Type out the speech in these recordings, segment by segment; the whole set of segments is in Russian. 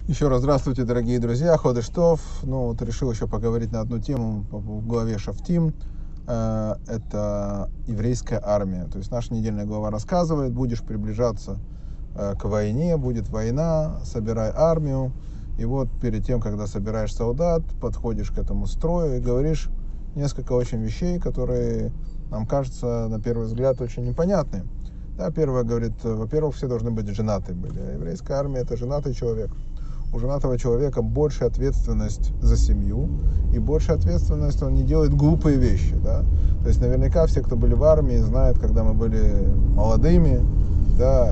Еще раз здравствуйте, дорогие друзья. Ходыш Тов. Ну, вот решил еще поговорить на одну тему в главе Шафтим. Это еврейская армия. То есть наша недельная глава рассказывает, будешь приближаться к войне, будет война, собирай армию. И вот перед тем, когда собираешь солдат, подходишь к этому строю и говоришь несколько очень вещей, которые нам кажутся на первый взгляд очень непонятны. Да, первое говорит, во-первых, все должны быть женаты были. Еврейская армия — это женатый человек. У женатого человека больше ответственность за семью, и больше ответственность, он не делает глупые вещи, да. То есть наверняка все, кто были в армии, знают, когда мы были молодыми, да,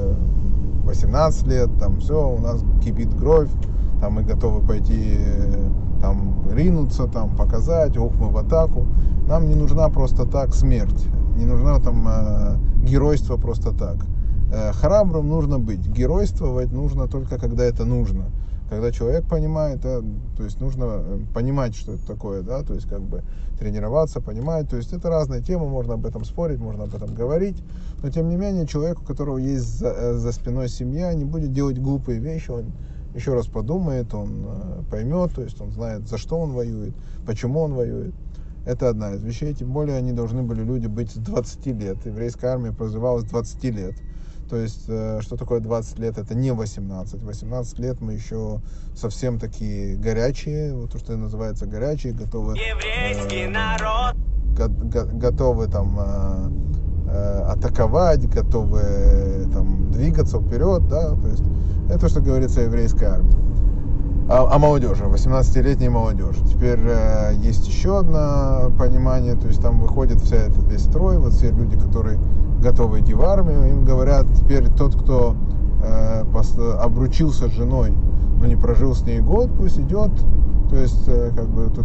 18 лет, там все, у нас кипит кровь, там мы готовы пойти, там ринуться, там показать, мы в атаку. Нам не нужна просто так смерть, не нужна там геройство просто так. Храбрым нужно быть, геройствовать нужно только когда это нужно, когда человек понимает, то есть нужно понимать, что это такое, да, то есть как бы тренироваться, понимать, то есть это разные темы, можно об этом спорить, можно об этом говорить, но тем не менее человек, у которого есть за спиной семья, не будет делать глупые вещи, он еще раз подумает, он поймет, то есть он знает, за что он воюет, почему он воюет. Это одна из вещей, тем более они должны были люди быть с 20 лет, еврейская армия прозывалась 20 лет. То есть, что такое 20 лет? Это не 18. 18 лет мы еще совсем такие горячие, вот то, что называется горячие, готовы, еврейский народ, готовы там атаковать, готовы там двигаться вперед, да, то есть это, что говорится, еврейская армия. А молодежи, 18-летней молодежь. Теперь есть еще одно понимание, то есть там выходит весь строй, вот все люди, которые готовы идти в армию, им говорят, теперь тот, кто обручился с женой, но не прожил с ней год, пусть идет, то есть как бы тут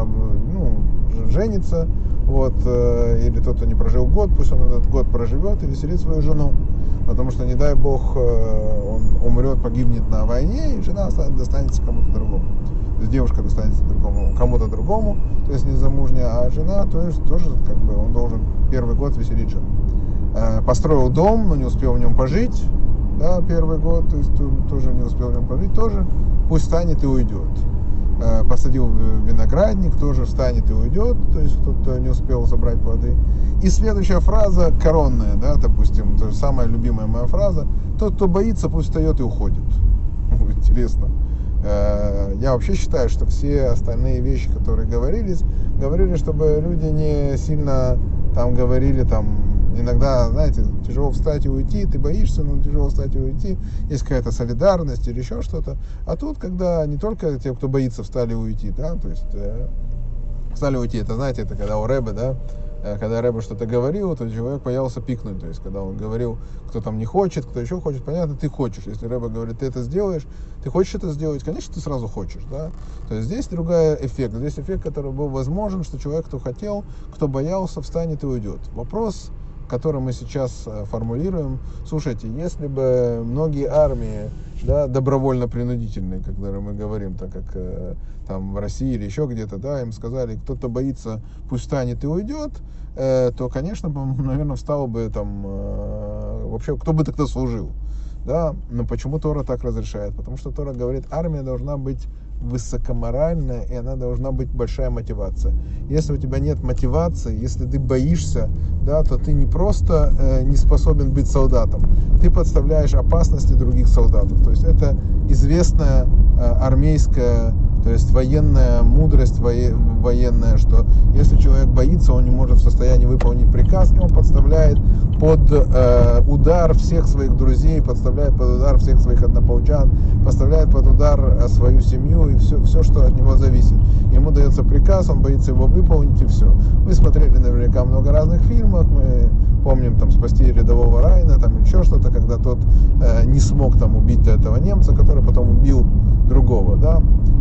женится, вот, или тот, кто не прожил год, пусть он этот год проживет и веселит свою жену, потому что, не дай бог, он умрет, погибнет на войне, и жена достанется кому-то другому. То есть девушка достанется кому-то другому, то есть не замужняя, а жена, то есть тоже как бы он должен первый год веселить жену. Построил дом, но не успел в нем пожить, да, первый год, то есть тоже не успел в нем пожить, тоже пусть встанет и уйдет. Посадил виноградник, тоже встанет и уйдет, то есть кто-то не успел собрать плоды. И следующая фраза коронная, да, допустим, то есть самая любимая моя фраза: тот, кто боится, пусть встает и уходит. Интересно. Я вообще считаю, что все остальные вещи, которые говорили, чтобы люди не сильно там говорили, там, иногда, знаете, тяжело встать и уйти, ты боишься, но тяжело встать и уйти, есть какая-то солидарность или еще что-то. А тут, когда не только те, кто боится, встали и уйти, да, то есть встали и уйти, это, знаете, это когда у Рэбе, да, когда Рэбе что-то говорил, то человек боялся пикнуть, то есть когда он говорил, кто там не хочет, кто еще хочет, понятно, ты хочешь. Если Рэбе говорит, ты это сделаешь, ты хочешь это сделать, конечно, ты сразу хочешь, да. То есть здесь другой эффект, здесь эффект, который был возможен, что человек, кто хотел, кто боялся, встанет и уйдет. Вопрос, который мы сейчас формулируем: слушайте, если бы многие армии, да, добровольно-принудительные, когда мы говорим, так как там в России или еще где-то, да, им сказали, кто-то боится, пусть встанет и уйдет, то, конечно, наверное, встал бы там, вообще, кто бы тогда служил, да, но почему Тора так разрешает? Потому что Тора говорит, армия должна быть высокоморальная, и она должна быть большая мотивация. Если у тебя нет мотивации, если ты боишься, да, то ты не просто не способен быть солдатом, ты подставляешь опасности других солдатов. То есть это известная армейская, то есть военная мудрость, военная, что если человек боится, он не может в состоянии выполнить приказ, и он подставляет под удар всех своих друзей, подставляет под удар всех своих однополчан, подставляет под удар свою семью и все, что от него зависит. Ему дается приказ, он боится его выполнить, и все. Вы смотрели наверняка много разных фильмов, мы помним там «Спасти рядового Райана», там еще что-то, когда тот не смог там убить этого немца, который потом убил другого, да.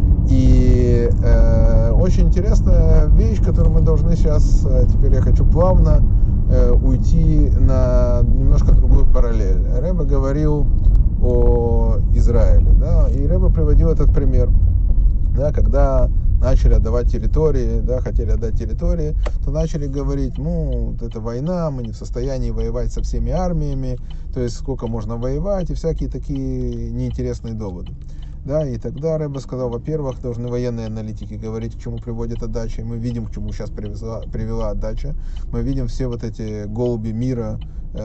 И очень интересная вещь, которую мы должны сейчас, теперь я хочу плавно уйти на немножко другую параллель. Рэбе говорил о Израиле, да, и Рэбе приводил этот пример, да, когда начали отдавать территории, да, хотели отдать территории, то начали говорить, вот это война, мы не в состоянии воевать со всеми армиями, то есть сколько можно воевать, и всякие такие неинтересные доводы. Да, и тогда Рэбе сказал, во-первых, должны военные аналитики говорить, к чему приводит отдача, и мы видим, к чему сейчас привела отдача. Мы видим все вот эти голуби мира,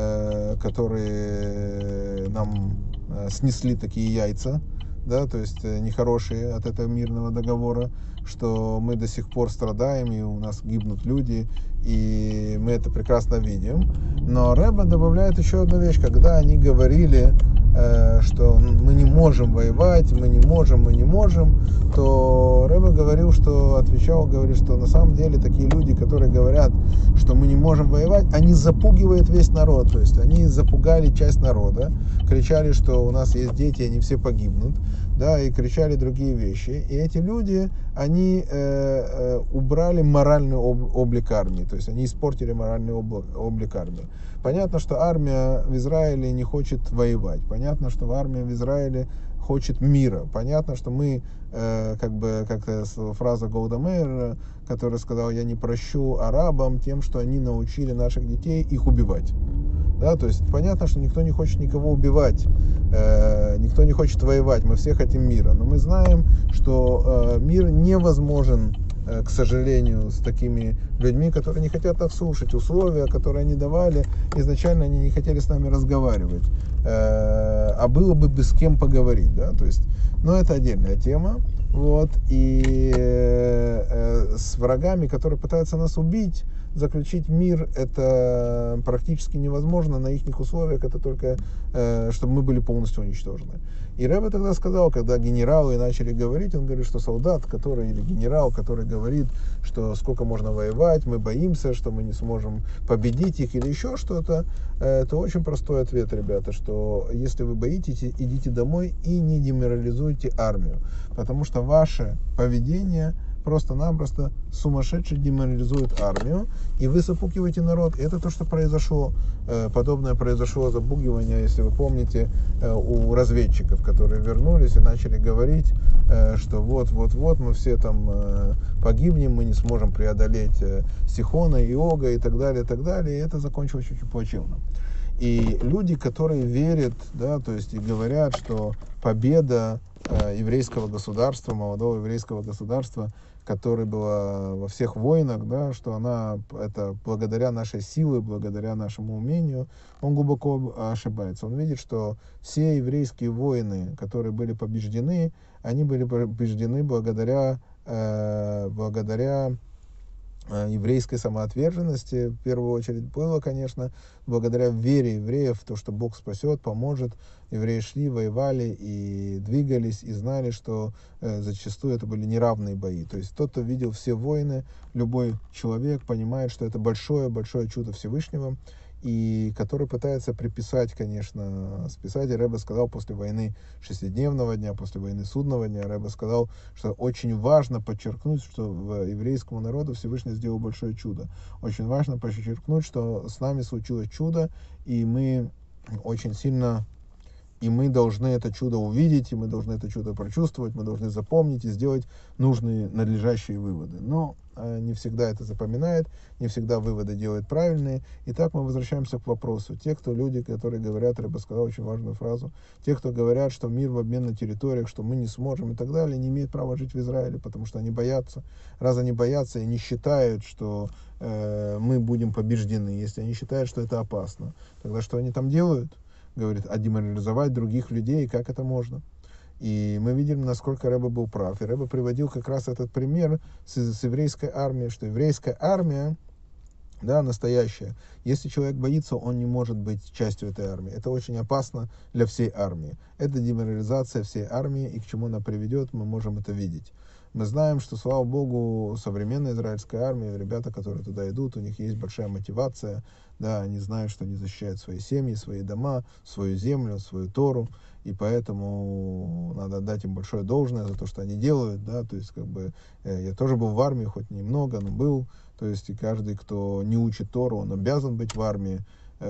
которые нам снесли такие яйца, да, то есть нехорошие от этого мирного договора, что мы до сих пор страдаем, и у нас гибнут люди, и мы это прекрасно видим. Но Рэбе добавляет еще одну вещь, когда они говорили, что мы не можем воевать, мы не можем, то Рэбе говорил, говорит, что на самом деле такие люди, которые говорят, что мы не можем воевать, они запугивают весь народ, то есть они запугали часть народа, кричали, что у нас есть дети, они все погибнут, да, и кричали другие вещи, и эти люди, они убрали моральный облик армии, то есть они испортили моральный облик армии. Понятно, что армия в Израиле не хочет воевать. Понятно, что армия в Израиле хочет мира. Понятно, что мы, как фраза Голда Меир, которая сказала, я не прощу арабам тем, что они научили наших детей их убивать. Да, то есть понятно, что никто не хочет никого убивать, никто не хочет воевать, мы все хотим мира. Но мы знаем, что мир невозможен, к сожалению, с такими людьми, которые не хотят нас слушать. Условия, которые они давали, изначально они не хотели с нами разговаривать, а было бы без кем поговорить, да, то есть, но это отдельная тема, вот, и с врагами, которые пытаются нас убить, заключить мир, это практически невозможно на их условиях, это только, чтобы мы были полностью уничтожены. И Рэбе тогда сказал, когда генералы начали говорить, он говорит, что солдат, или генерал, который говорит, что сколько можно воевать, мы боимся, что мы не сможем победить их или еще что-то, это очень простой ответ, ребята, что если вы боитесь, идите домой и не деморализуйте армию, потому что ваше поведение просто-напросто сумасшедше деморализует армию, и вы запугиваете народ. Это то, что произошло. Подобное произошло запугивание, если вы помните, у разведчиков, которые вернулись и начали говорить, что вот, мы все там погибнем, мы не сможем преодолеть Сихона и Ога и так далее, и это закончилось очень плачевно. И люди, которые верят, да, то есть и говорят, что победа еврейского государства, молодого еврейского государства, которое было во всех войнах, да, что это благодаря нашей силе, благодаря нашему умению, он глубоко ошибается. Он видит, что все еврейские войны, которые были побеждены, они были побеждены благодаря еврейской самоотверженности, в первую очередь, было, конечно, благодаря вере евреев, то, что Бог спасет, поможет. Евреи шли, воевали и двигались, и знали, что зачастую это были неравные бои. То есть тот, кто видел все войны, любой человек понимает, что это большое-большое чудо Всевышнего, и который пытается приписать, конечно, списать. И Рэбе сказал после войны шестидневного дня, после войны судного дня, Рэбе сказал, что очень важно подчеркнуть, что в еврейскому народу Всевышний сделал большое чудо. Очень важно подчеркнуть, что с нами случилось чудо, и мы очень сильно... И мы должны это чудо увидеть, и мы должны это чудо прочувствовать, мы должны запомнить и сделать нужные, надлежащие выводы. Но не всегда это запоминает, не всегда выводы делают правильные. И так мы возвращаемся к вопросу. Люди, которые говорят, Рэбе сказал очень важную фразу, те, кто говорят, что мир в обмен на территориях, что мы не сможем и так далее, не имеют права жить в Израиле, потому что они боятся. Раз они боятся и не считают, что мы будем побеждены, если они считают, что это опасно, тогда что они там делают? Говорит, а деморализовать других людей, как это можно? И мы видим, насколько Рэбе был прав. И Рэбе приводил как раз этот пример с еврейской армией, что еврейская армия, да, настоящая, если человек боится, он не может быть частью этой армии. Это очень опасно для всей армии. Это деморализация всей армии, и к чему она приведет, мы можем это видеть. Мы знаем, что, слава Богу, современная израильская армия, ребята, которые туда идут, у них есть большая мотивация, да, они знают, что они защищают свои семьи, свои дома, свою землю, свою Тору, и поэтому надо отдать им большое должное за то, что они делают, да, то есть, я тоже был в армии, хоть немного, но был, то есть, и каждый, кто не учит Тору, он обязан быть в армии.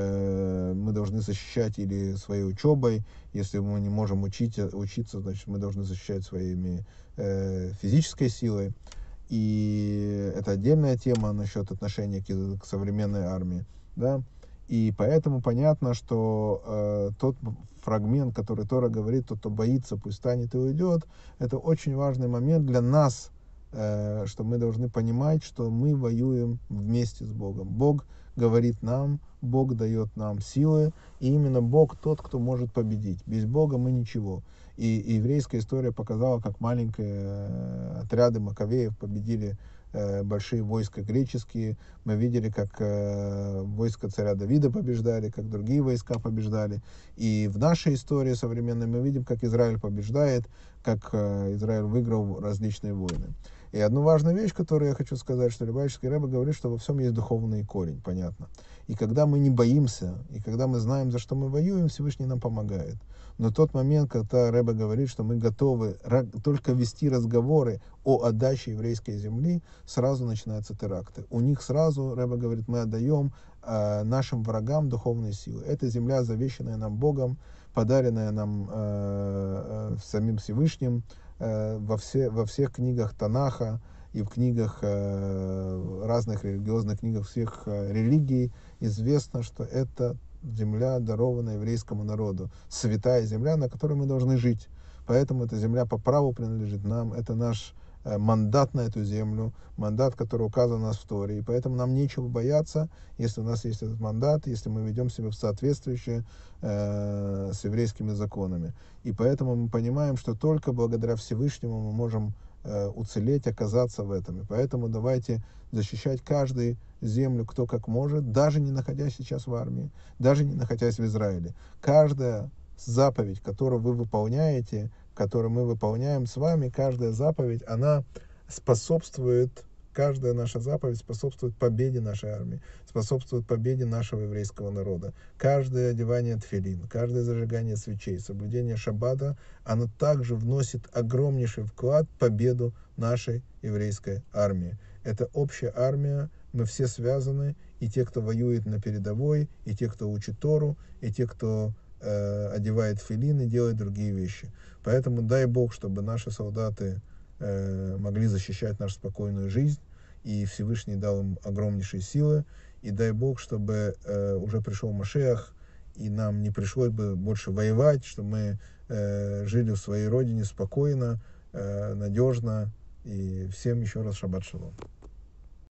Мы должны защищать или своей учебой, если мы не можем учиться, значит, мы должны защищать своими физической силой. И это отдельная тема насчет отношения к современной армии, да. И поэтому понятно, что тот фрагмент, который Тора говорит, тот, кто боится, пусть станет и уйдет, это очень важный момент для нас, что мы должны понимать, что мы воюем вместе с Богом. Бог говорит нам, Бог дает нам силы, и именно Бог тот, кто может победить. Без Бога мы ничего. И еврейская история показала, как маленькие отряды Маковеев победили большие войска греческие. Мы видели, как войска царя Давида побеждали, как другие войска побеждали. И в нашей истории современной мы видим, как Израиль побеждает, как Израиль выиграл различные войны. И одну важную вещь, которую я хочу сказать, что Любавический Ребе говорит, что во всем есть духовный корень, понятно. И когда мы не боимся, и когда мы знаем, за что мы воюем, Всевышний нам помогает. Но тот момент, когда Ребе говорит, что мы готовы только вести разговоры о отдаче еврейской земли, сразу начинаются теракты. У них сразу, Ребе говорит, мы отдаем нашим врагам духовные силы. Это земля, завещанная нам Богом, подаренная нам самим Всевышним, во всех книгах Танаха и в книгах, разных религиозных книгах всех религий известно, что это земля, дарованная еврейскому народу, святая земля, на которой мы должны жить. Поэтому эта земля по праву принадлежит нам, это наш мандат на эту землю, мандат, который указан у нас в Торе. И поэтому нам нечего бояться, если у нас есть этот мандат, если мы ведем себя в соответствии с еврейскими законами. И поэтому мы понимаем, что только благодаря Всевышнему мы можем уцелеть, оказаться в этом. И поэтому давайте защищать каждую землю, кто как может, даже не находясь сейчас в армии, даже не находясь в Израиле. Каждая заповедь, которую вы выполняете, которую мы выполняем с вами, каждая заповедь, она способствует, каждая наша заповедь способствует победе нашей армии, способствует победе нашего еврейского народа. Каждое одевание тфилин, каждое зажигание свечей, соблюдение шаббата, оно также вносит огромнейший вклад в победу нашей еврейской армии. Это общая армия, мы все связаны, и те, кто воюет на передовой, и те, кто учит Тору, и те, кто одевает тфилин и делает другие вещи. Поэтому дай Бог, чтобы наши солдаты могли защищать нашу спокойную жизнь, и Всевышний дал им огромнейшие силы, и дай Бог, чтобы уже пришел Машиах, и нам не пришлось бы больше воевать, чтобы мы жили в своей родине спокойно, надежно, и всем еще раз шаббат шалом.